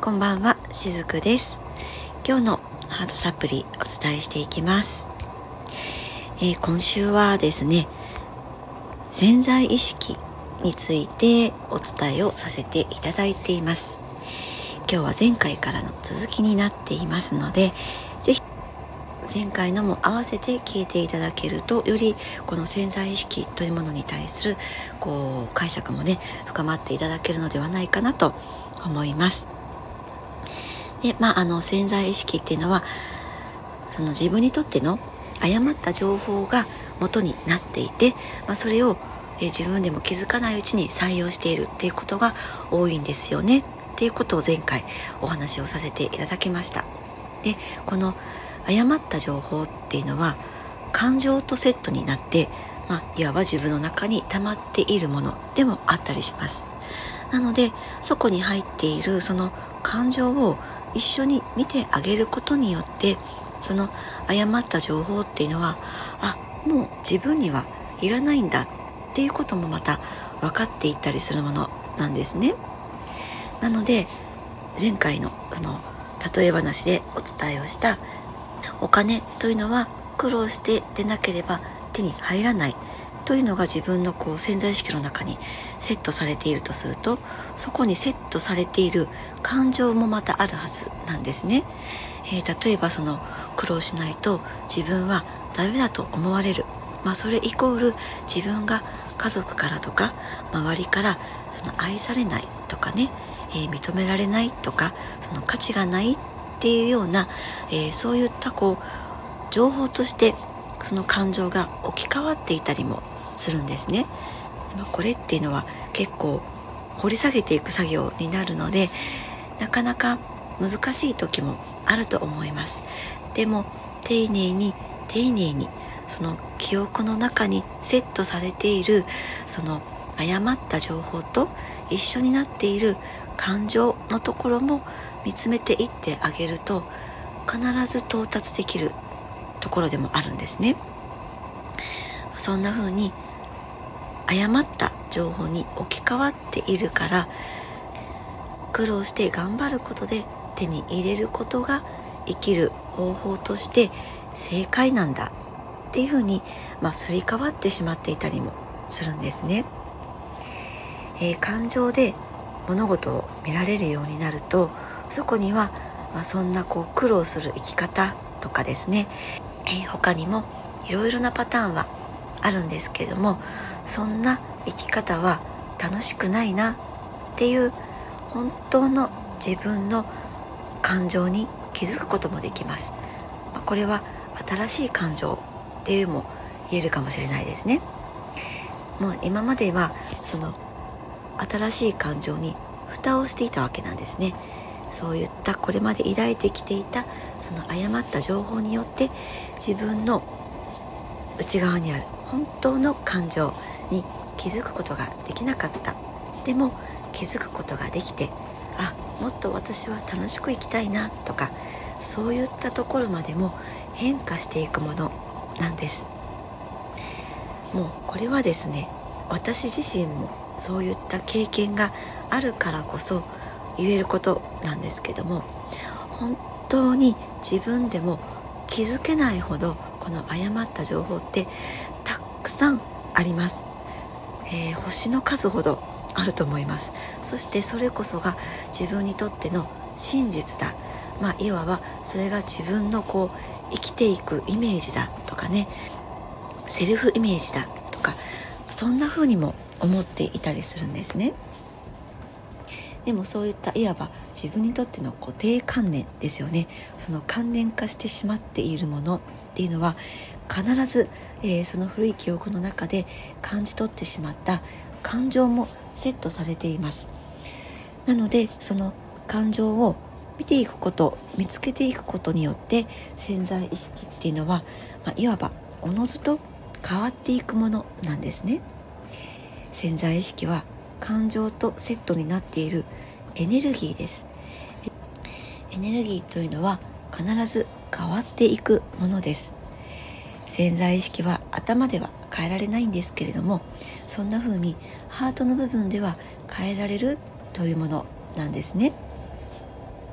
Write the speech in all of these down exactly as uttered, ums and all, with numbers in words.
こんばんは、しずくです。今日のハートサプリお伝えしていきます。えー、今週はですね、潜在意識についてお伝えをさせていただいています。今日は前回からの続きになっていますので、ぜひ前回のも合わせて聞いていただけると、よりこの潜在意識というものに対するこう解釈もね深まっていただけるのではないかなと思います。で、まあ、あの潜在意識っていうのはその自分にとっての誤った情報が元になっていて、まあ、それをえ自分でも気づかないうちに採用しているっていうことが多いんですよねっていうことを前回お話をさせていただきました。で、この誤った情報っていうのは感情とセットになって、まあ、いわば自分の中に溜まっているものでもあったりします。なのでそこに入っているその感情を一緒に見てあげることによって、その誤った情報っていうのはあもう自分にはいらないんだっていうこともまた分かっていったりするものなんですね。なので前回のその例え話でお伝えをしたお金というのは苦労してでなければ手に入らないというのが自分のこう潜在意識の中にセットされているとすると、そこにセットされている感情もまたあるはずなんですね。えー、例えばその苦労しないと自分はダメだと思われる、まあ、それイコール自分が家族からとか周りからその愛されないとかね、えー、認められないとかその価値がないっていうような、えー、そういったこう情報としてその感情が置き換わっていたりもするんですね。これっていうのは結構掘り下げていく作業になるので、なかなか難しい時もあると思います。でも丁寧に丁寧にその記憶の中にセットされているその誤った情報と一緒になっている感情のところも見つめていってあげると、必ず到達できるところでもあるんですね。そんな風に誤った情報に置き換わっているから、苦労して頑張ることで手に入れることが生きる方法として正解なんだっていう風に、まあ、すり替わってしまっていたりもするんですね。えー、感情で物事を見られるようになると、そこには、まあ、そんなこう苦労する生き方とかですね、えー、他にもいろいろなパターンはあるんですけれども、そんな生き方は楽しくないなっていう本当の自分の感情に気づくこともできます。まあ、これは新しい感情っていうも言えるかもしれないですね。もう今まではその新しい感情に蓋をしていたわけなんですね。そういったこれまで抱いてきていたその誤った情報によって自分の内側にある本当の感情に気づくことができなかった。でも気づくことができて、あ、もっと私は楽しく生きたいなとか、そういったところまでも変化していくものなんです。もうこれはですね、私自身もそういった経験があるからこそ言えることなんですけども、本当に自分でも気づけないほどこの誤った情報ってたくさんあります。えー、星の数ほどあると思います。そしてそれこそが自分にとっての真実だ。まあいわばそれが自分のこう生きていくイメージだとかね、セルフイメージだとか、そんな風にも思っていたりするんですね。でもそういったいわば自分にとっての固定観念ですよね。その観念化してしまっているものっていうのは必ず、えー、その古い記憶の中で感じ取ってしまった感情もセットされています。なのでその感情を見ていくこと、見つけていくことによって潜在意識っていうのは、まあ、いわばおのずと変わっていくものなんですね。潜在意識は感情とセットになっているエネルギーです。エネルギーというのは必ず変わっていくものです。潜在意識は頭では変えられないんですけれども、そんな風にハートの部分では変えられるというものなんですね。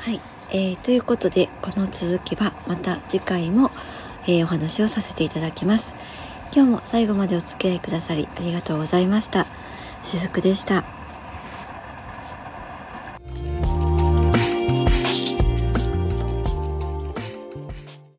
はい、えー、ということでこの続きはまた次回も、えー、お話をさせていただきます。今日も最後までお付き合いくださりありがとうございました。しずくでした。